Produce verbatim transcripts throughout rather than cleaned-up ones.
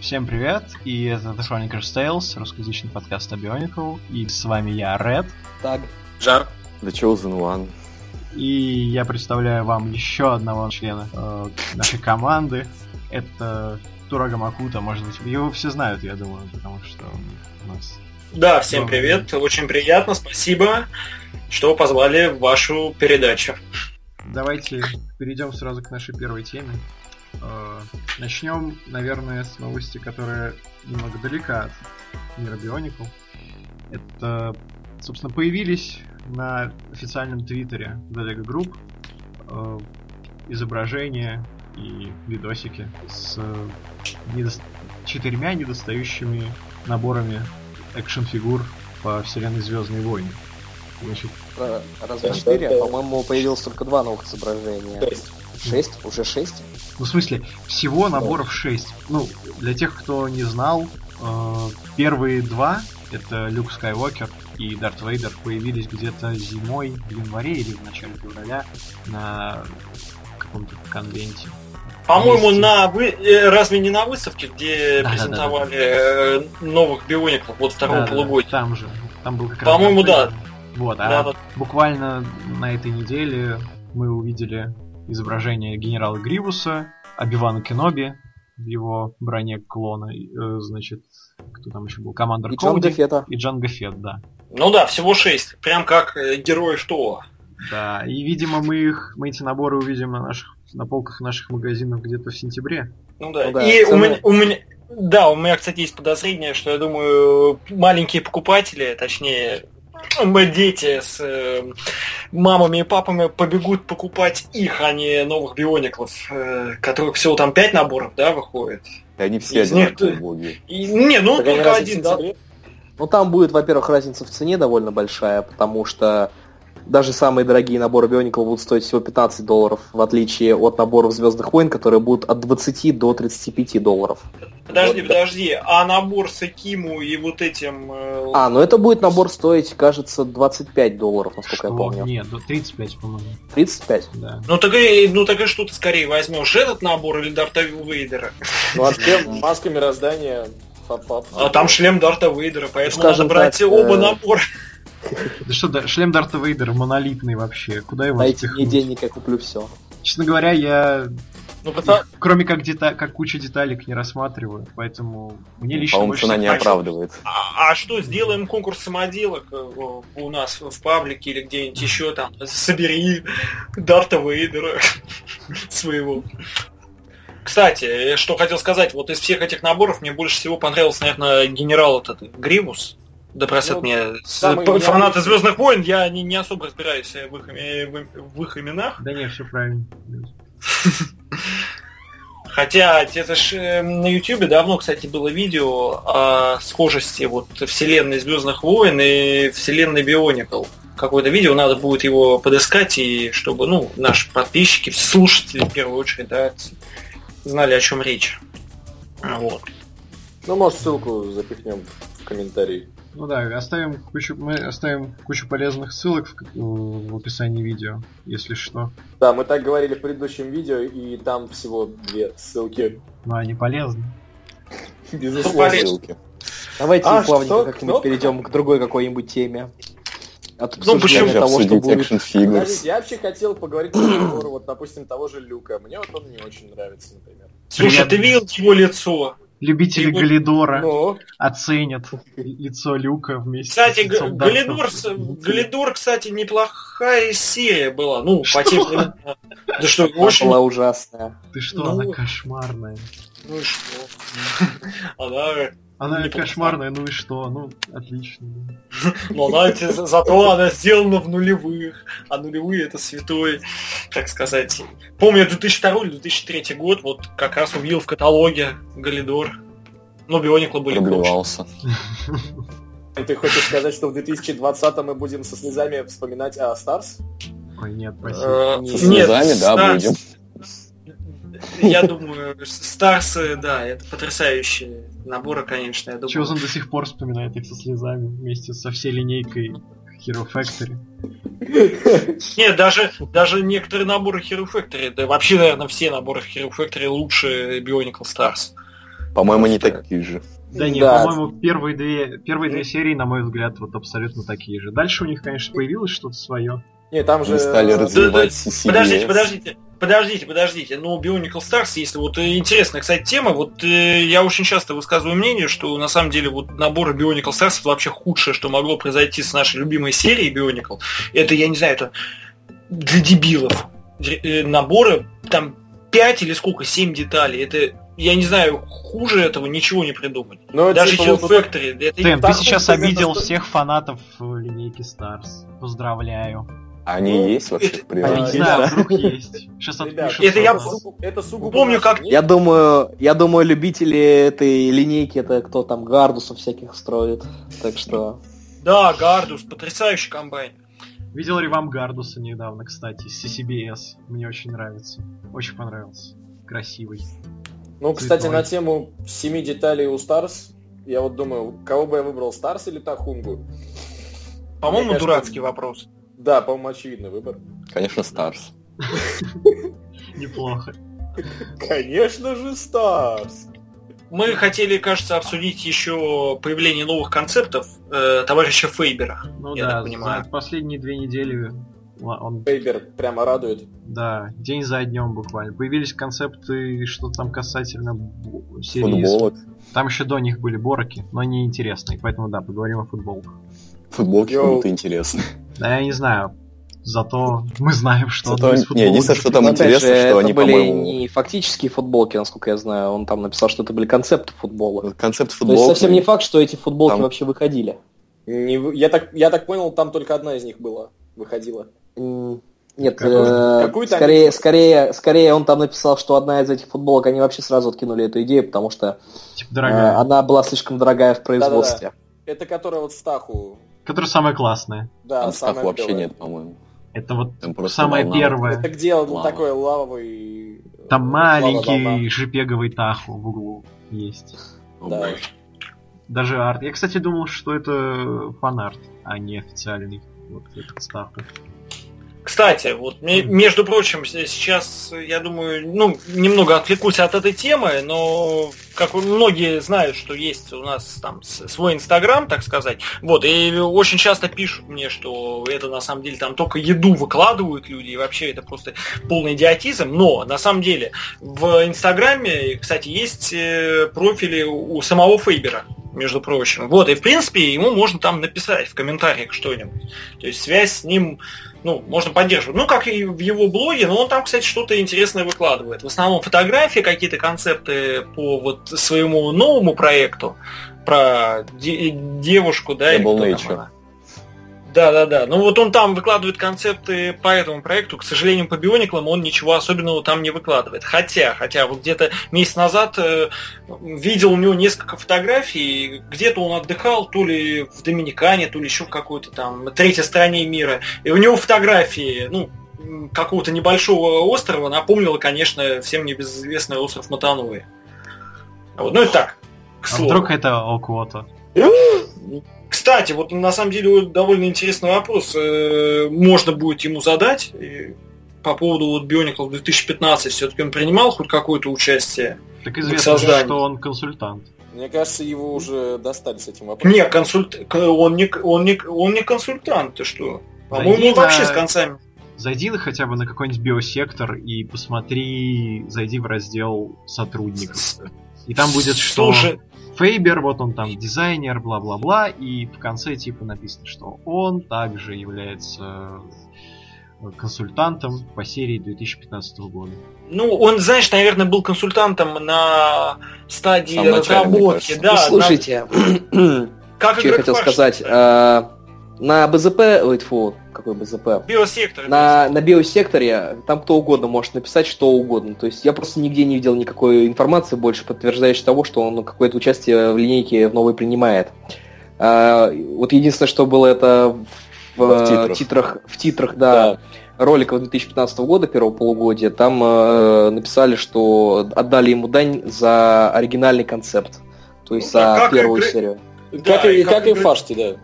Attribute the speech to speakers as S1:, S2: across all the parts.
S1: Всем привет, и это The Chronicles Tales, русскоязычный подкаст о Bionicle, и с вами я, Ред.
S2: Так.
S3: Жар.
S4: The Chosen One.
S1: И я представляю вам еще одного члена э, нашей команды. Это Турага Макута, может быть, его все знают, я думаю, потому что у нас...
S3: Да, всем привет, очень приятно, спасибо, что позвали в вашу передачу.
S1: Давайте перейдем сразу к нашей первой теме. Начнем, наверное, с новости, которая немного далека от мира Bionicle. Это, собственно, появились на официальном твиттере The Lego Group э, изображения и видосики с недо... четырьмя недостающими наборами экшн-фигур по вселенной Звездные войны. Значит,
S2: разве четыре? По-моему, появилось только два новых изображения. Шесть? Уже шесть?
S1: Ну, в смысле, всего наборов шесть. Ну, для тех, кто не знал, э, первые два, это Люк Скайуокер и Дарт Вейдер, появились где-то зимой, в январе или в начале февраля на каком-то конвенте.
S3: По-моему,
S1: Вместе.
S3: на вы... разве не на выставке, где
S1: да,
S3: презентовали
S1: да, да, да.
S3: новых Биониклов вот второго
S1: да,
S3: полугодия?
S1: Да, там же. Там был как раз
S3: По-моему, да.
S1: Вот, а
S3: да, да.
S1: буквально на этой неделе мы увидели изображение генерала Гривуса, Оби-Вана Кеноби в его броне клона, э, значит, кто там еще был? Командор Коуди.
S2: И Джанго Фетта.
S1: И Джанго Фетт, да.
S3: Ну да, всего шесть. Прям как э, герои что.
S1: Да, и, видимо, мы их, мы эти наборы увидим на наших, на полках наших магазинов где-то в сентябре.
S3: Ну да.
S2: Ну, да
S3: и
S2: цены...
S3: у, меня, у меня, да, у меня, кстати, есть подозрение, что я думаю, маленькие покупатели, точнее, мы дети с э, мамами и папами побегут покупать их, а не новых Биониклов, э, которых всего там пять наборов, да, выходит.
S4: И они все
S3: Из них...
S4: одинаковые.
S3: И... Не, ну
S2: так
S3: только один, да.
S2: Ну там будет, во-первых, разница в цене довольно большая, потому что даже самые дорогие наборы Биониклов будут стоить всего пятнадцать долларов, в отличие от наборов Звездных войн, которые будут от двадцати до тридцати пяти долларов.
S3: Подожди, подожди, а набор с Экиму и вот этим... Э...
S2: А, ну это будет набор стоить, кажется, двадцать пять долларов, насколько
S1: что?
S2: я помню.
S1: Нет, тридцать пять, по-моему.
S2: тридцать пять?
S1: Да.
S3: Ну так и, ну так и что ты скорее возьмешь, этот набор или Дарта Вейдера?
S5: Ну а шлем, маска мироздания, фап-фап.
S3: А там шлем Дарта Вейдера, поэтому
S2: Скажем
S3: надо брать
S2: так,
S3: оба
S2: э...
S3: набора.
S1: Да что, да, шлем Дарта Вейдера монолитный вообще, куда его
S2: Дайте мне
S1: запихнуть?
S2: денег, я куплю все.
S1: Честно говоря, я
S3: Ну, пацан...
S1: кроме как, дета... как куча деталек не рассматриваю, поэтому мне лично
S4: По-моему,
S1: больше...
S4: цена не
S3: так-
S4: оправдывает.
S3: А, а что, сделаем конкурс самоделок э, у нас в паблике или где-нибудь еще там? Собери Дарта Вейдера своего. Кстати, что хотел сказать, вот из всех этих наборов мне больше всего понравился, наверное, генерал этот Гривус. Да простят
S5: Ну,
S3: меня,
S5: самый
S3: с- фанаты
S5: необычный.
S3: Звездных войн, я не, не особо разбираюсь в их, име- в, в их именах.
S1: Да не, все правильно.
S3: Хотя это ж э, на Ютубе давно, кстати, было видео о схожести вот вселенной Звездных войн и вселенной Бионикл. Какое-то видео, надо будет его подыскать, и чтобы, ну, наши подписчики, слушатели, в первую очередь, да, знали, о чем речь. Вот.
S5: Ну, может, ссылку запихнем в комментарии.
S1: Ну да, оставим кучу, мы оставим кучу полезных ссылок в, в описании видео, если что.
S5: Да, мы так говорили в предыдущем видео, и там всего две ссылки.
S1: Но они полезны.
S5: Безусловно.
S3: полезно.
S4: Ссылки.
S2: Давайте
S5: А,
S2: плавненько
S5: что?
S2: как-нибудь
S5: Кто?
S2: перейдем к другой какой-нибудь теме. От
S3: Ну,
S2: обсуждения
S3: почему?
S2: того, что
S4: Обсудить
S2: будет.
S4: Action Figures.
S5: Подождите, я вообще хотел поговорить про набор, вот, допустим, того же Люка. Мне вот он не очень нравится, например.
S3: Слушай,
S1: Приятно.
S3: ты видел его лицо?
S1: Любители
S3: И вот-
S1: Галидора
S5: Ну,
S1: оценят лицо Люка вместе
S3: Кстати,
S1: с лицом
S3: Г-
S1: Дарта
S3: Галидор, с-
S1: Вейдера.
S3: Галидор, кстати, неплохая серия была. Ну, по тем временам. Да что,
S2: Она
S3: очень...
S2: была ужасная.
S1: Ты что,
S3: Ну.
S1: она кошмарная.
S3: Ну и что? Она...
S1: Она
S3: Неплохо.
S1: кошмарная, ну и что? Ну, отлично.
S3: Ну, она, за- зато она сделана в нулевых. А нулевые это святой, так сказать. Помню, две тысячи второй или две тысячи третий год, вот как раз увидел в каталоге Галидор. Ну, Биониклы были круче.
S4: Проблевался.
S5: ты хочешь сказать, что в две тысячи двадцатом мы будем со слезами вспоминать о Старс?
S1: Ой, нет, спасибо.
S3: Э,
S4: Со
S3: Нет,
S4: слезами, да,
S3: Старс-
S4: будем.
S3: Я думаю, Старсы, да, это потрясающие наборы, конечно. Я думаю.
S1: Чозен до сих пор вспоминает их со слезами вместе со всей линейкой Hero Factory.
S3: Нет, даже, даже некоторые наборы Hero Factory, да вообще, наверное, все наборы Hero Factory лучше Bionicle Stars.
S4: По-моему, они
S2: Просто-
S4: такие же.
S1: Да нет,
S2: Да.
S1: по-моему, первые две, первые две серии, на мой взгляд, вот абсолютно такие же. Дальше у них, конечно, появилось что-то свое.
S5: Не, там же...
S4: Они стали
S5: э,
S4: развивать
S3: да,
S4: си си би
S3: Подождите,
S4: эс.
S3: подождите. Подождите, подождите. Ну, Bionicle Stars, если вот э, интересная, кстати, тема, вот э, я очень часто высказываю мнение, что на самом деле вот набор Bionicle Stars это вообще худшее, что могло произойти с нашей любимой серией Bionicle. Это, я не знаю, это для дебилов. Э, Наборы, там пять или сколько, семь деталей. Это, я не знаю, хуже этого ничего не придумать.
S5: Ну,
S3: Даже
S5: типа,
S3: Hill
S5: вот-
S3: Factory. Это
S1: Тэм, ты
S5: так
S1: сейчас
S5: вот примерно
S1: обидел
S5: что-
S1: всех фанатов э, линейки Stars. Поздравляю.
S4: Они
S5: Ну,
S4: есть вообще
S3: это-
S4: в природе?
S1: Я не
S5: А,
S1: знаю,
S5: ребят.
S1: вдруг есть. Сейчас
S5: Ребят,
S1: отпишут.
S3: это я-
S1: нас.
S5: сугубо- это сугубо
S3: Помню,
S5: наше
S3: как-
S5: мнение.
S2: Я думаю, я думаю, любители этой линейки, это кто там Гардусов всяких строит. Так что...
S3: Да, Гардус, потрясающий комбайн.
S1: Видел ревам Гардуса недавно, кстати, из си си би эс. Мне очень нравится. Очень понравился. Красивый.
S5: Ну, кстати,
S1: Цветной.
S5: на тему семи деталей у Старс, я вот думаю, кого бы я выбрал, Старс или Тахунгу?
S3: По-моему,
S5: Мне кажется,
S3: дурацкий вопрос.
S5: Да, по-моему, очевидный выбор.
S4: Конечно, Старс.
S1: Неплохо.
S5: Конечно же, Старс!
S3: Мы хотели, кажется, обсудить еще появление новых концептов э, товарища Фейбера.
S1: Ну
S3: я
S1: да,
S3: так понимаю.
S1: за последние две недели ла- он,
S5: Фейбер прямо радует.
S1: да, день за днем буквально. Появились концепты, что там касательно бу- серии.
S4: Футболок.
S1: Там еще до них были бороки, но не интересные, поэтому да, поговорим о футболках.
S4: Футболки
S5: Йоу.
S4: будут интересны.
S1: Да, я не знаю, зато мы знаем, что
S4: Зато-
S1: одну из
S4: не,
S1: футболок
S4: единственное, что там
S2: Но, опять
S4: интересно,
S2: же,
S4: что
S2: это
S4: они,
S2: были
S4: по-моему-
S2: не фактические футболки, насколько я знаю. Он там написал, что это были концепты футбола.
S4: Концепт
S2: То есть
S4: футболки.
S2: совсем не факт, что эти футболки
S4: Там-
S2: вообще выходили.
S5: Не вы- я, так, я так понял, там только одна из них была, выходила.
S2: М, Нет,
S1: Какую-
S2: э,
S5: какую-то
S2: скорее,
S5: они-
S2: скорее, скорее он там написал, что одна из этих футболок, они вообще сразу откинули эту идею, потому что
S1: типа
S2: э,
S1: дорогая,
S2: она была слишком дорогая в производстве.
S5: Это которая вот Стаху.
S1: которая самая классная.
S5: Да,
S4: Там
S5: самая
S4: Стаху вообще
S5: клевая.
S4: нет, по-моему.
S1: Это вот
S4: Там просто
S1: самая
S4: волна.
S1: первая.
S5: Это где он
S4: Лава.
S5: такой лавовый...
S1: Там
S5: лава
S1: маленький
S5: волна.
S1: жипеговый таху в углу есть.
S4: О,
S5: Да.
S4: боже.
S1: Даже арт. Я, кстати, думал, что это фан-арт, а не официальный. Вот этот стаху.
S3: Кстати, вот ме- между прочим, с- сейчас, я думаю, ну, немного отвлекусь от этой темы, но как вы- многие знают, что есть у нас там с- свой Инстаграм, так сказать. Вот, и очень часто пишут мне, что это на самом деле там только еду выкладывают люди, и вообще это просто полный идиотизм. Но на самом деле в Инстаграме, кстати, есть э, профили у самого Фейбера, между прочим. Вот, и в принципе ему можно там написать в комментариях что-нибудь. То есть связь с ним, ну, можно поддерживать. Ну, как и в его блоге, но он там, кстати, что-то интересное выкладывает. В основном фотографии, какие-то концепты по вот своему новому проекту про де- девушку, да, или
S4: Double
S3: кто там
S4: Nature.
S3: она. Да, да, да. Ну вот он там выкладывает концепты по этому проекту. К сожалению, по Биониклам он ничего особенного там не выкладывает. Хотя, хотя вот где-то месяц назад э, видел у него несколько фотографий, где-то он отдыхал, то ли в Доминикане, то ли еще в какой-то там третьей стране мира. И у него фотографии, ну, м, какого-то небольшого острова напомнило, конечно, всем небезызвестный остров Матануи. Вот, ну и так, к
S1: А
S3: слову.
S1: вдруг это Окуото?
S3: Кстати, вот на самом деле вот довольно интересный вопрос э, можно будет ему задать и по поводу вот Bionicle две тысячи пятнадцать. Все-таки он принимал хоть какое-то участие?
S1: Так
S3: В
S1: известно же,
S3: создании.
S1: что он консультант.
S5: Мне кажется, его уже достали с этим вопросом.
S3: Не, консульт... он, не, он, не, он не консультант, ты что? По-моему,
S1: Зайди
S3: он вообще
S1: на-
S3: с концами.
S1: Зайди на хотя бы на какой-нибудь биосектор и посмотри, зайди в раздел сотрудников. И там будет, что
S3: Слушай,
S1: Фейбер, вот он там дизайнер, бла-бла-бла, и в конце типа написано, что он также является консультантом по серии две тысячи пятнадцатого года.
S3: ну, он, знаешь, наверное, был консультантом на стадии
S4: В самом начале, мне
S3: разработки.
S4: кажется.
S3: Да,
S2: Ну, слушайте,
S3: на- как
S2: что я
S3: игрок
S2: хотел
S3: Фарш,
S2: сказать.
S3: кстати.
S2: э, На БЗП, ой, тьфу, какой БЗП?
S3: Биосектор.
S2: На, на биосекторе там кто угодно может написать что угодно. То есть я просто нигде не видел никакой информации больше, подтверждающей того, что он какое-то участие в линейке в новой принимает. А, вот единственное, что было это в,
S4: В
S2: э,
S4: титрах.
S2: титрах, в титрах, да, роликов две тысячи пятнадцатого года, первого полугодия, там э, написали, что отдали ему дань за оригинальный концепт. То есть
S3: Ну,
S2: за
S3: как
S2: первую
S3: игры-
S2: серию.
S3: Да,
S5: Как, и,
S3: и как
S5: как и в
S3: игры-
S5: Фаште, да.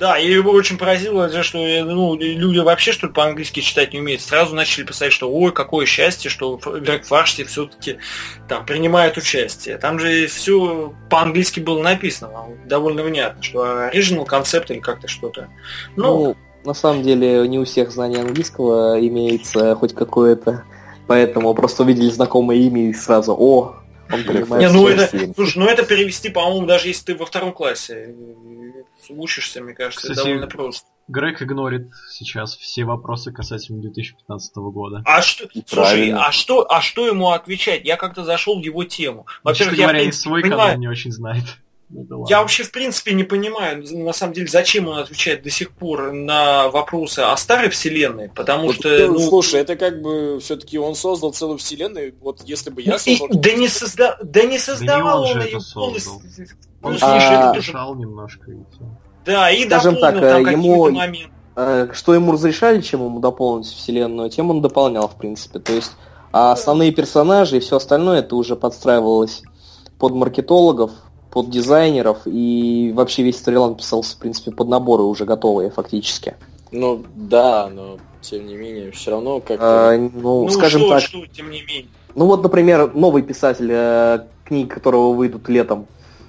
S3: Да, и его очень поразило, что ну, люди вообще что ли по-английски читать не умеют. Сразу начали писать, что ой, какое счастье, что Грег Фаршти все-таки там принимает участие. Там же все по-английски было написано, довольно внятно, что original концепт или как-то что-то. Ну,
S2: ну, на самом деле не у всех знаний английского имеется хоть какое-то, поэтому просто увидели знакомое имя и сразу, о, он понимает.
S3: Не, ну это, слушай, ну это перевести, по-моему, даже если ты во втором классе учишься, мне кажется,
S1: Кстати,
S3: довольно просто.
S1: Грег игнорит сейчас все вопросы касательно две тысячи пятнадцатого года.
S3: А что, слушай, а что, а что ему отвечать? Я как-то зашел в его тему.
S1: Во-первых, я говоря, и свой канал не очень знает.
S3: Ну, я вообще, в принципе, не понимаю, на самом деле, зачем он отвечает до сих пор на вопросы о старой вселенной, потому вот, что...
S5: Ну, слушай, это как бы все-таки он создал целую вселенную, вот если бы я создал...
S3: И, да, не созда... да не создавал
S1: да не он,
S3: он ее
S1: полностью.
S3: Он
S1: а... решал немножко и все.
S3: Да, и
S2: Скажем
S3: дополнил
S2: так,
S3: там
S2: ему...
S3: какие-то моменты.
S2: Что ему разрешали, чем ему дополнить вселенную, тем он дополнял, в принципе. То есть а основные персонажи и все остальное это уже подстраивалось под маркетологов, под дизайнеров, и вообще весь сторилайн писался, в принципе, под наборы уже готовые, фактически.
S5: Ну, да, но, тем не менее, все равно как-то...
S2: А, ну,
S3: ну,
S2: скажем
S3: что,
S2: так...
S3: что, тем не менее?
S2: Ну, вот, например, новый писатель, э, книг которого выйдут летом,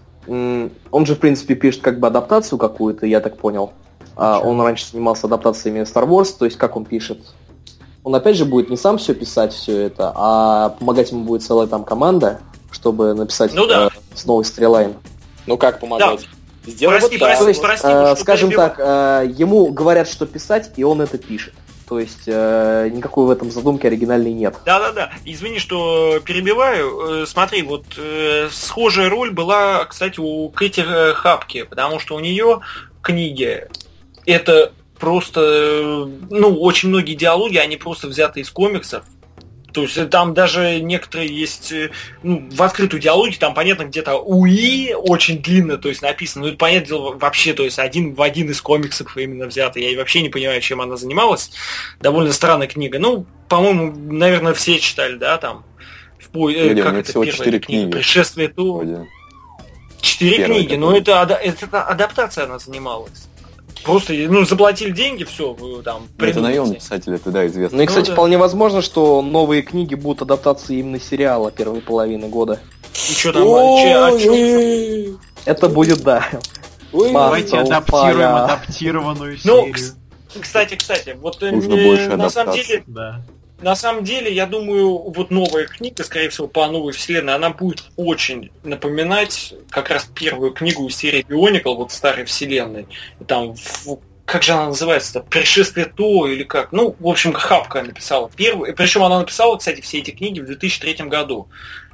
S2: м- он же, в принципе, пишет как бы адаптацию какую-то, я так понял. А, он раньше занимался адаптациями Star Wars, то есть как он пишет? Он, опять же, будет не сам все писать, все это, а помогать ему будет целая там команда, чтобы написать
S3: ну, да.
S2: э, с новой сторилайн.
S5: Ну как помогать?
S3: Да.
S5: Сделай
S3: прости,
S5: вот
S3: прости,
S2: То есть,
S3: прости,
S2: э,
S3: что
S2: скажем
S3: перебил.
S2: так, э, ему говорят, что писать, и он это пишет. То есть э, никакой в этом задумки оригинальной нет.
S3: Да-да-да. Извини, что перебиваю. Смотри, вот э, схожая роль была, кстати, у Кэти Хапки, потому что у нее книги это просто, ну, очень многие диалоги, они просто взяты из комиксов. То есть там даже некоторые есть, ну, в открытую диалоги, там, понятно, где-то УИ очень длинно, то есть написано, ну, это, понятное дело, вообще, то есть один в один из комиксов именно взято. Я вообще не понимаю, чем она занималась. Довольно странная книга. Ну, по-моему, наверное, все читали, да, там. В по...
S4: Люди,
S3: как
S4: у них
S3: это
S4: всего
S3: первая
S4: четыре
S3: книга?
S4: книги.
S3: Пришествие то.
S4: Вроде.
S3: Четыре
S4: Первая,
S3: книги, но это, ада... это адаптация она занималась. Просто, ну, заплатили деньги, все, вы там
S4: Ну, это наемный
S3: придумайте.
S4: писатель, это да, известно.
S2: Ну и, кстати,
S3: да.
S2: вполне возможно, что новые книги будут адаптацией именно сериала первой половины года.
S3: И что там, че, а чё?
S5: Ой,
S2: Это будет, да.
S5: ой,
S1: Давайте
S2: Масло
S1: адаптируем
S2: упало.
S1: адаптированную
S3: Ну,
S1: серию.
S3: кс- кстати, кстати, вот
S4: Нужно
S3: э,
S4: больше
S3: на самом
S4: адаптаций.
S3: деле,
S1: Да.
S3: на самом деле, я думаю, вот новая книга, скорее всего, по новой вселенной, она будет очень напоминать как раз первую книгу из серии Bionicle, вот старой вселенной. Там, в- как же она называется-то? Пришествие то или как? Ну, в общем, Хапка написала первую. Причем она написала, кстати, все эти книги в две тысячи третьем году.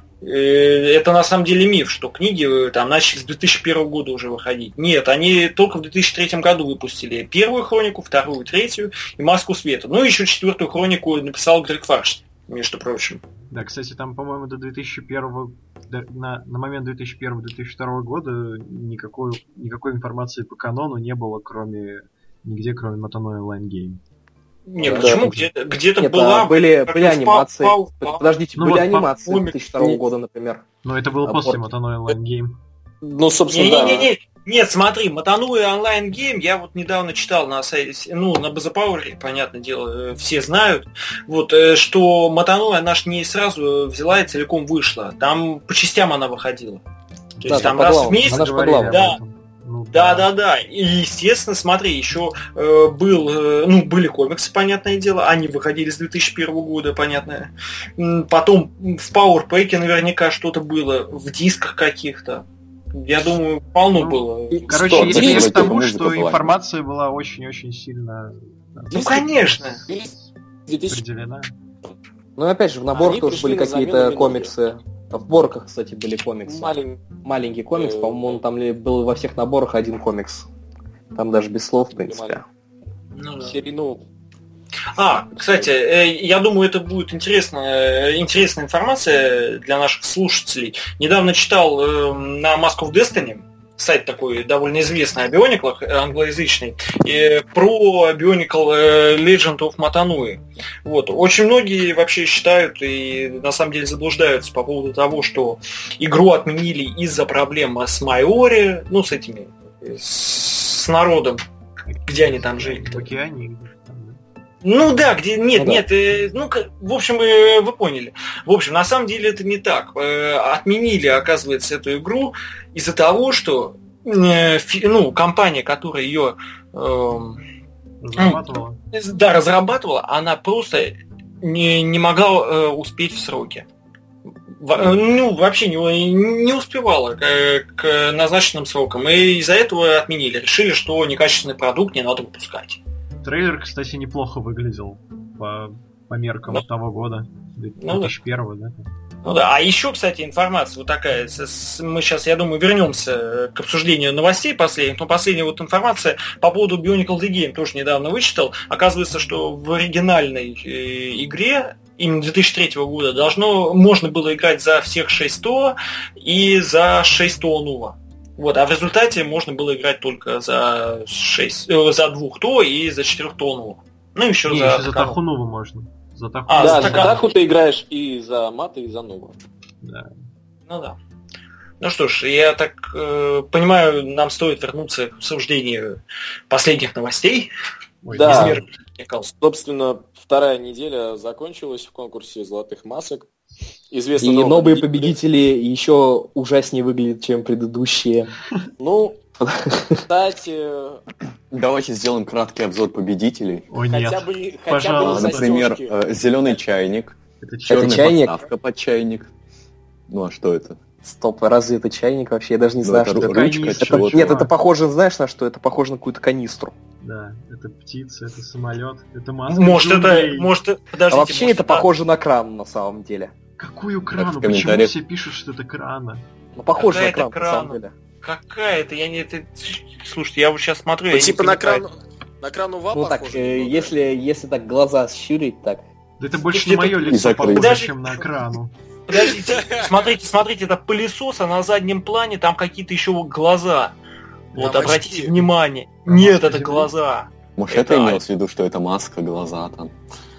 S3: Это на самом деле миф, что книги там начали с две тысячи первого года уже выходить. Нет, они только в две тысячи третьем году выпустили первую хронику, вторую, третью и Маску света. Ну и еще четвертую хронику написал Грег Фарш, между прочим.
S1: Да, кстати, там, по-моему, до две тысячи первого, до- на, на момент две тысячи первого - две тысячи второго года никакой, никакой информации по канону не было, кроме нигде, кроме Matano Online Game.
S3: Не,
S5: Да.
S3: почему? Где-то, где-то
S2: Нет,
S3: была...
S2: а были,
S3: как
S2: были
S3: в
S2: анимации.
S3: Пау- Пау-
S2: Подождите,
S1: Ну
S2: были
S1: вот,
S2: анимации
S3: по-
S2: две тысячи второго
S5: Нет.
S2: года, например.
S1: Но это было
S2: А
S1: после
S2: вот-
S1: Matano Online Game.
S5: Ну, собственно, да.
S3: Не-не-не, нет, смотри, Матану и онлайн-гейм я вот недавно читал на сайте, ну, на Базапауэре, понятное дело, э, все знают, вот, э, что Матану, она ж не сразу взяла и целиком вышла, там по частям она выходила. То
S2: Да,
S3: есть там
S2: по
S3: раз в
S2: главам.
S3: месяц...
S2: Она ж по
S1: Говорили
S2: главам.
S1: об
S3: Да.
S1: этом. Ну,
S3: Да, да, да. И, естественно, смотри, еще э, был, э, ну, были комиксы, понятное дело, они выходили с две тысячи первого года, понятно. М, Потом в Powerpack наверняка что-то было, в дисках каких-то. Я думаю, полно
S1: Ну,
S3: было.
S1: Короче,
S5: Что,
S1: интерес
S5: здесь
S1: к тому,
S4: музыка
S1: что
S4: была.
S1: информация была очень-очень сильно да,
S3: Ну, конечно.
S5: две тысячи
S1: определена.
S2: Ну и опять же, в наборах
S5: Они
S2: тоже
S5: пришли
S2: были
S5: на замену
S2: какие-то
S5: Миноги.
S2: комиксы. В борках, кстати, были комиксы.
S5: Маленький.
S2: Маленький комикс,
S5: Э,
S2: по-моему, он там ли- был во всех наборах один комикс. Там даже без слов, в принципе.
S3: Ну, да.
S5: Серину.
S3: А, кстати, э, я думаю, это будет интересная, интересная информация для наших слушателей. Недавно читал э, на Mask of Destiny, сайт такой довольно известный о биониклах, э, англоязычный, э, про Bionicle э, Legend of Matanui. Вот. Очень многие вообще считают и на самом деле заблуждаются по поводу того, что игру отменили из-за проблем с Майори, ну, с этими, с народом, Где они там жили?
S1: В океане.
S3: Ну да, где нет,
S2: Ну да.
S3: нет, э, ну как, в общем, э, вы поняли. В общем, на самом деле это не так. Э, отменили, оказывается, эту игру из-за того, что э, фи, ну компания, которая ее э,
S1: Разрабатывала.
S3: да разрабатывала, она просто не не могла э, успеть в сроки. В, э, ну вообще не не успевала к, к назначенным срокам, и из-за этого отменили. Решили, что некачественный продукт не надо выпускать.
S1: Трейлер, кстати, неплохо выглядел по, по меркам
S3: Ну,
S1: того года. две тысячи первого, да?
S3: Ну да, а еще, кстати, информация вот такая. С- с- Мы сейчас, я думаю, вернемся к обсуждению новостей последних. Но последняя вот информация по поводу Bionicle The Game тоже недавно вычитал. Оказывается, что в оригинальной э, игре именно две тысячи третьего года должно, можно было играть за всех шесть то и за шесть то нула. Вот, а в результате можно было играть только за шесть, э, за два то и за четыре то нула. Ну, еще
S1: Не,
S3: за,
S1: еще за
S3: Такану.
S1: Тахунуву можно. За Таху.
S3: А,
S5: Да,
S3: за
S5: за
S3: Такану.
S5: Таху ты играешь и за маты, и за нуба.
S1: Да.
S3: Ну да. Ну что ж, я так э, понимаю, нам стоит вернуться к обсуждению последних новостей.
S1: Ой,
S5: Да.
S3: Из
S1: не
S3: мира Bionicle.
S5: Собственно, вторая неделя закончилась в конкурсе золотых масок. Известно
S2: И
S5: нового
S2: новые
S5: победителя.
S2: победители еще ужаснее выглядят, чем предыдущие.
S5: Ну, кстати,
S4: Давайте сделаем краткий обзор победителей.
S1: Ой,
S5: хотя
S1: нет.
S5: бы, хотя бы
S1: Пожалуйста.
S5: не
S4: Например,
S5: застежки.
S4: зеленый чайник,
S1: Это чё?
S4: черная
S2: чайник?
S4: подставка под чайник. Ну а что это?
S2: Стоп, разве это чайник вообще? Я даже не
S4: Ну,
S2: знаю,
S4: это
S2: что
S4: ру-
S2: это.
S4: ручка
S1: Это-
S4: чего-то.
S2: Нет, это похоже, знаешь, на что? Это похоже на какую-то канистру.
S1: Да, это птица, это самолет, это маска.
S3: Может, это.
S1: джунглей.
S3: Может,
S2: А
S3: подождите,
S2: вообще
S3: может,
S2: это похоже на кран на самом деле.
S1: Какую
S4: в
S1: крану? Почему
S4: комментариях.
S1: все пишут, что это крана?
S2: Ну, похоже на
S3: Какая-то
S2: кран, на самом
S3: кран.
S2: деле.
S3: Какая-то, я не. Это... Слушайте, я вот сейчас смотрю.
S5: Ну,
S3: я не
S5: типа на
S3: понимаю.
S5: кран, на кран ува
S2: Ну так,
S5: похоже
S2: э,
S5: немного.
S2: если, если так глаза щурить, так.
S1: Да это больше
S3: Слушайте,
S1: на мое
S3: это-
S1: лицо
S4: закрыть.
S1: похоже,
S3: Подожди.
S1: чем на крану.
S3: Подождите, смотрите, смотрите, это пылесос, а на заднем плане там какие-то еще глаза. Вот,
S5: Там
S3: обратите
S5: очки.
S3: внимание.
S1: А
S3: Нет,
S1: маска
S3: это
S1: Земли?
S3: глаза.
S4: Может,
S3: Это-
S4: это имелось в виду, что это маска, глаза там,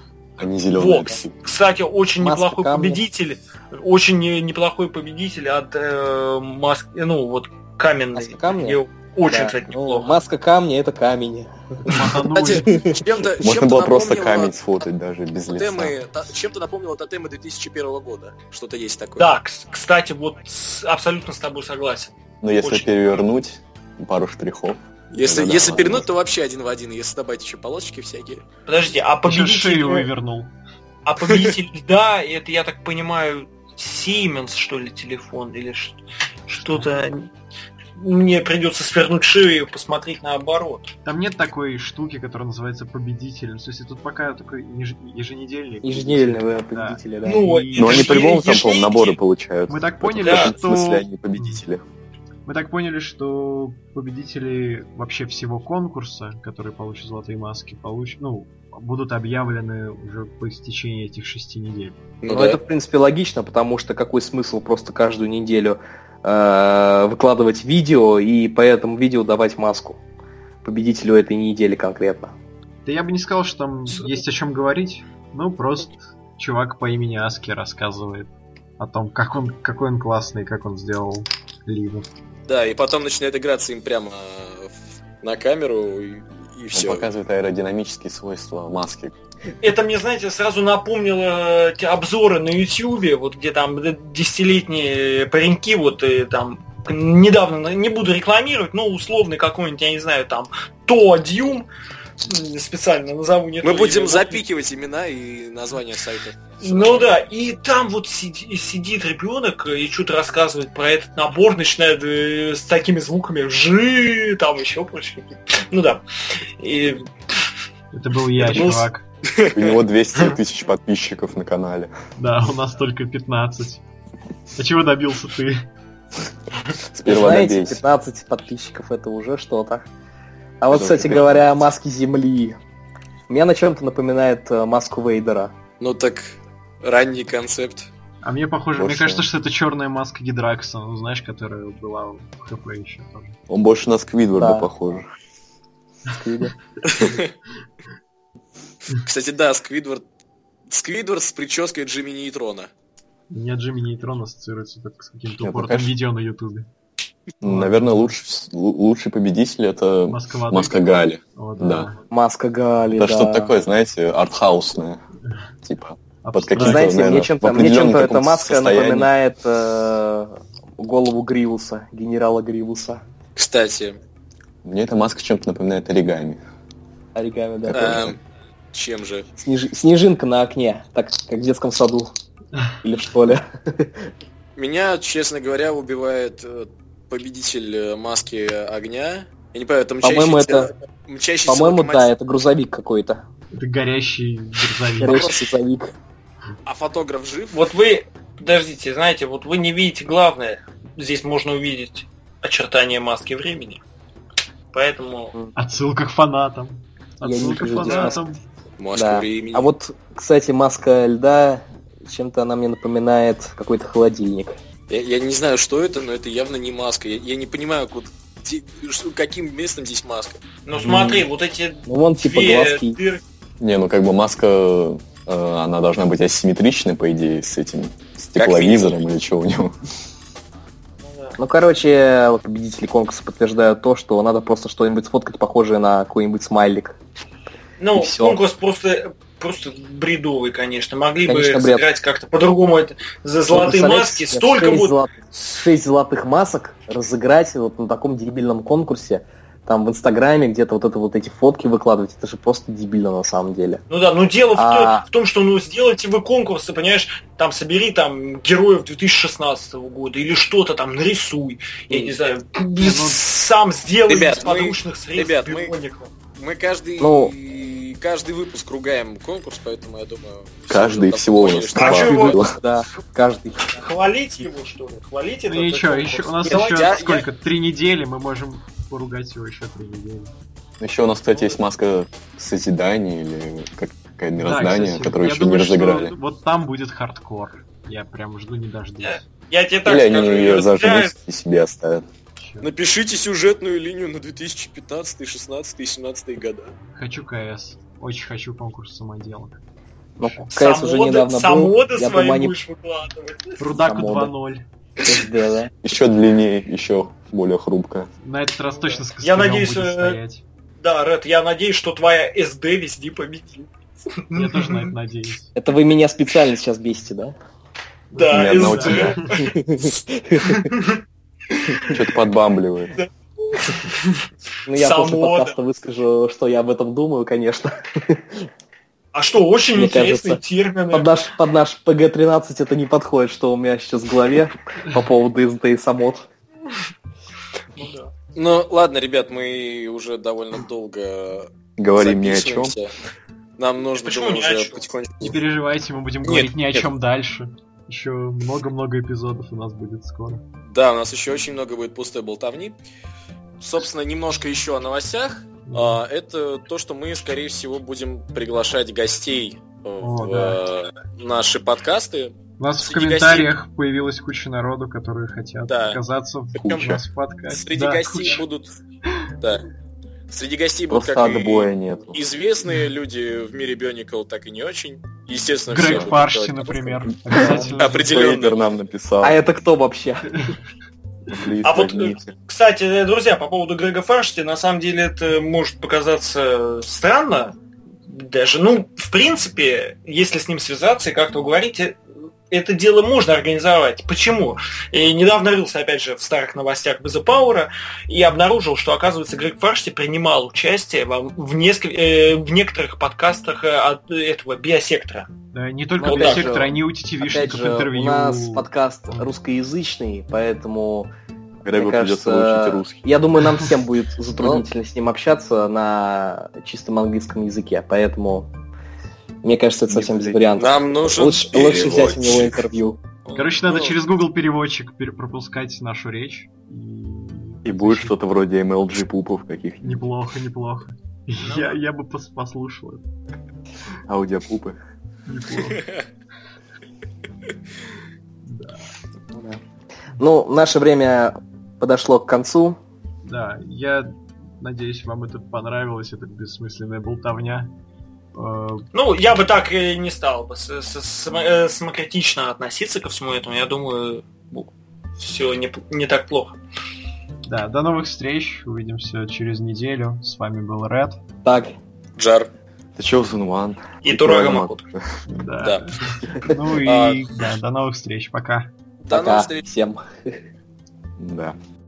S4: а не зеленые
S3: Вот,
S4: очки.
S3: кстати, очень
S2: Маска
S3: неплохой
S2: камня.
S3: победитель. Очень не- неплохой победитель от э, маски, ну вот каменной.
S2: Маска камня?
S3: Где Очень,
S2: Да.
S3: кстати,
S2: Ну,
S3: неплохо.
S2: маска камня это камень.
S1: Мотанули.
S5: Кстати, чем-то,
S4: Можно
S5: чем-то
S4: было просто
S5: напомнило
S4: камень сфотать даже без лица.
S5: тотемы, та- чем-то напомнило тотемы две тысячи первого года. Что-то есть такое.
S3: Да, кс- кстати, вот с- абсолютно с тобой согласен.
S4: Но если
S3: Очень.
S4: перевернуть пару штрихов,
S5: Если,
S4: тогда
S5: если
S4: да,
S5: перенуть,
S4: ладно.
S5: то вообще один в один. Если добавить еще полосочки всякие.
S3: Подожди, а
S1: Еще
S3: победитель...
S1: шею вывернул.
S3: А победитель, да, это, я так понимаю, Siemens, что ли, телефон, или ш- что-то... Мне придется свернуть шею и посмотреть наоборот.
S1: Там нет такой штуки, которая называется победитель. То есть тут пока такой еж- еженедельник.
S2: Еженедельные победители, да.
S3: Ну,
S1: И
S4: Но они
S3: это ж
S4: по-любому там,
S3: еженедельники.
S4: по-моему, наборы получают.
S1: Мы так
S4: В
S1: поняли,
S3: Да.
S4: В смысле,
S1: что...
S4: они победители.
S1: Мы так поняли, что победители вообще всего конкурса, которые получат золотые маски, получат, ну, будут объявлены уже по истечении этих шести недель.
S2: Ну, это, в принципе, логично, потому что какой смысл просто каждую неделю э, выкладывать видео и по этому видео давать маску победителю этой недели конкретно.
S1: Да я бы не сказал, что там есть о чем говорить. Ну, просто чувак по имени Аски рассказывает о том, как он, какой он классный, как он сделал Ливу.
S5: Да, и потом начинает играться им прямо в- на камеру и, и
S4: Он
S5: все.
S4: показывает аэродинамические свойства маски.
S3: Это мне, знаете, сразу напомнило те обзоры на Ютьюбе, вот где там десятилетние пареньки, вот и там недавно, не буду рекламировать, но условный какой-нибудь, я не знаю, там Тоадьюм, специально назову не
S5: Мы
S3: то
S5: будем
S3: имя.
S5: запикивать имена и названия сайта.
S3: Ну да, и там вот сиди- сидит ребенок и что-то рассказывает про этот набор, начинает э, с такими звуками жи, там еще прочее. Ну да. И
S1: Это был я,
S3: Это был с-
S1: чувак.
S4: У него двести тысяч подписчиков на канале.
S1: Да, у нас только пятнадцать. А чего добился ты?
S4: Сперва
S2: Знаете,
S4: добейся.
S2: пятнадцать подписчиков это уже что-то. А вот,
S4: Это
S2: кстати
S4: уже
S2: говоря, о маске Земли. Меня на чем-то напоминает э, маску Вейдера.
S5: Ну так, ранний концепт.
S1: А мне похоже,
S4: Больше.
S1: мне кажется, что это черная маска Гидракса, ну знаешь, которая была в ХП еще тоже.
S4: Он больше на Сквидварда
S2: Да.
S4: похож.
S2: Сквидер.
S5: Кстати, да, Сквидвард. Сквидвард с прической Джимми Нейтрона.
S1: У меня Джимми Нейтрон ассоциируется только с каким-то
S4: Нет, ну,
S1: упоротым
S4: конечно.
S1: видео на Ютубе.
S4: Наверное, лучше, лучший победитель это
S1: Маска воды.
S4: Маска Гали.
S1: О,
S4: Да.
S1: да.
S2: Маска Гали,
S4: Это
S2: да.
S4: что-то такое, знаете, артхаусное. Типа, под каким-то,
S2: Знаете,
S4: наверное,
S2: мне
S4: в
S2: чем-то, мне
S4: определенном
S2: чем-то эта
S4: каком-то
S2: маска
S4: состоянии.
S2: напоминает э, голову Гривуса, генерала Гривуса.
S6: Кстати,
S4: Мне эта маска чем-то напоминает оригами.
S2: Оригами, да.
S6: эм, чем же?
S2: Снеж- Снежинка на окне, так как в детском саду. Или в школе.
S6: Меня, честно говоря, убивает э, победитель э, маски огня. Я не понимаю, это
S2: По-моему,
S6: мчащийся... мчащийся
S2: По-моему,
S6: локомотив.
S2: да, это грузовик какой-то.
S1: Это горящий грузовик.
S2: Горящий грузовик.
S6: А фотограф жив?
S3: Вот вы, подождите, знаете, вот вы не видите главное. Здесь можно увидеть очертания маски времени. Поэтому...
S1: Отсылка к фанатам.
S2: Я не
S1: Отсылка к
S2: вижу здесь
S1: фанатам.
S6: Маска
S2: Да.
S6: времени.
S2: А вот, кстати, маска льда, чем-то она мне напоминает какой-то холодильник.
S6: Я, я не знаю, что это, но это явно не маска. Я, я не понимаю, вот, где- что- каким местом здесь маска.
S3: Ну смотри, вот эти
S2: Ну, вон типа
S3: две
S2: глазки.
S3: дырки.
S4: Не, ну как бы маска, э, она должна быть асимметричной, по идее, с этим, с тепловизором или что у него.
S2: Ну, короче, вот победители конкурса подтверждают то, что надо просто что-нибудь сфоткать, похожее на какой-нибудь смайлик.
S3: Ну,
S2: И всё.
S3: конкурс просто, просто бредовый, конечно. Могли
S2: Конечно,
S3: бы
S2: бред.
S3: сыграть как-то по-другому. Это за золотые
S2: Представляете,
S3: маски.
S2: себе
S3: Столько
S2: шесть
S3: вот...
S2: золотых- шесть золотых масок разыграть вот на таком дебильном конкурсе. Там в Инстаграме где-то вот это вот эти фотки выкладывать, это же просто дебильно на самом деле.
S3: Ну да, ну дело в,
S2: А-
S3: то- в том, что ну сделайте вы конкурсы, понимаешь, там собери там героев две тысячи шестнадцатого года или что-то там нарисуй, я не знаю, сам сделай
S6: Ребят,
S3: из
S6: мы-
S3: подручных средств
S6: ребят, мы-
S3: биоников.
S6: Мы каждый,
S2: Ну.
S6: каждый выпуск ругаем конкурс, поэтому я думаю...
S4: Каждый
S6: все
S4: всего у
S6: поняли,
S4: нас
S6: что-
S3: А
S4: два
S3: чё его-
S4: было.
S2: Да, каждый.
S3: Хвалить его, что ли? Хвалить
S1: Ну
S3: этот
S1: и чё,
S3: конкурс?
S1: еще, у нас
S6: Давайте,
S1: еще
S6: я-
S1: сколько? Три недели, мы можем поругать его еще три недели.
S4: Еще у нас, кстати, есть маска созидания или как- какое-то
S1: Да,
S4: мироздание,
S1: кстати,
S4: которое
S1: я
S4: еще
S1: думаю,
S4: не
S1: что
S4: разыграли.
S1: вот там будет хардкор. Я прям жду не дождусь.
S3: Я тебе так
S4: Или они
S3: скажу,
S4: ее
S3: разыграют.
S4: зажмут и себе оставят.
S1: Чё?
S6: Напишите сюжетную линию на две тысячи пятнадцатый, шестнадцатый и семнадцатый года.
S1: Хочу КС. Очень хочу конкурс самоделок.
S2: Ну, КС уже
S3: Самоды-
S2: недавно был.
S3: самоды
S2: Я
S3: свои
S2: думаю, они...
S3: будешь выкладывать.
S1: Рудаку
S2: Самоды.
S1: два ноль.
S2: эс ди, да.
S4: Еще длиннее, еще более хрупкое.
S1: На этот раз точно с
S3: Я
S1: костылем
S3: надеюсь,
S1: будет
S3: э,
S1: стоять.
S3: Да, Ред, я надеюсь, что твоя эс ди везде победит.
S1: Я тоже на это надеюсь.
S2: Это вы меня специально сейчас бесите, да?
S3: Да,
S4: Ни одного
S3: эс ди.
S4: тебя. Что-то подбамбливает.
S2: Ну, я после
S3: Самода.
S2: подкаста выскажу, что я об этом думаю, конечно.
S3: А что, очень
S2: Мне
S3: интересные
S2: кажется,
S3: термины.
S2: Под наш, под наш пэ гэ тринадцать это не подходит, что у меня сейчас в голове по поводу эс ди и самод.
S3: Ну да.
S6: Ну, ладно, ребят, мы уже довольно долго
S4: Говорим ни о чем.
S6: записываемся. Нам нужно,
S3: Почему
S6: думаю,
S3: ни о
S6: уже
S3: чем?
S6: потихонечку...
S1: Не переживайте, мы будем
S6: Нет,
S1: говорить ни о
S6: нет.
S1: чем дальше. Еще много-много эпизодов у нас будет скоро.
S6: Да, у нас еще очень много будет пустой болтовни. Собственно, немножко еще о новостях. А, это то, что мы, скорее всего, будем приглашать гостей в
S1: да.
S6: э, наши подкасты.
S1: У нас в
S6: Среди
S1: комментариях появилась куча народу, которые хотят
S6: Да.
S1: оказаться в
S6: Причем
S1: у нас в подкасте.
S6: Среди
S1: Да,
S6: гостей
S1: куча.
S6: будут... Да. Среди гостей будут
S2: Просто
S6: как и
S2: отбоя нет.
S6: известные люди в мире Bionicle, так и не очень. Естественно, все
S1: Грег
S6: будут
S1: Фарши,
S6: делать-
S1: например. Обязательно.
S6: Определенно.
S4: Фейдер нам написал.
S2: А это кто вообще?
S4: Блин,
S3: А вот,
S4: согните.
S3: Кстати, друзья, по поводу Грега Фаршти, на самом деле это может показаться странно. Даже, ну, в принципе, если с ним связаться и как-то уговорить, э, это дело можно организовать. Почему? И недавно рылся, опять же, в старых новостях Беза Пауэра и обнаружил, что, оказывается, Грег Фаршти принимал участие во- в, несколь- э, в некоторых подкастах э, от этого Биосектора.
S1: Да, не только
S2: Ну,
S1: для
S2: опять
S1: сектора,
S2: же,
S1: они у ти
S2: Опять
S1: ти-вишников
S2: же,
S1: интервью.
S2: у нас подкаст русскоязычный, поэтому,
S4: Грегу
S2: мне
S4: придется
S2: кажется,
S4: выучить русский.
S2: я думаю, нам всем будет затруднительно с ним общаться на чистом английском языке, поэтому, мне кажется, это совсем без вариантов.
S6: Нам нужен
S2: Лучше, лучше взять у него
S6: переводчик.
S2: интервью.
S1: Короче, надо
S6: Ну,
S1: через Google переводчик пере- пропускать нашу речь. И,
S4: И будет что-то вроде эм эл джи пупов каких-нибудь.
S1: Неплохо, неплохо. Я, я бы пос- послушал это.
S4: Аудиопупы.
S1: Неплохо.
S2: Ну, наше время подошло к концу.
S1: Да, я надеюсь, вам это понравилось, это бессмысленная болтовня. Э,
S3: Ну, я бы так и не стал бы с- с- сам- э, самокритично относиться ко всему этому. Я думаю, все не, п- не так плохо.
S1: Да, до новых встреч. Увидимся через неделю. С вами был Ред.
S2: Так.
S6: Джар.
S4: Ты чё, Сунван?
S3: И Турага Макут.
S1: Да.
S6: Да.
S1: Ну и да, до новых встреч. Пока.
S6: До
S2: Пока
S6: новых встреч.
S2: всем.
S4: Да.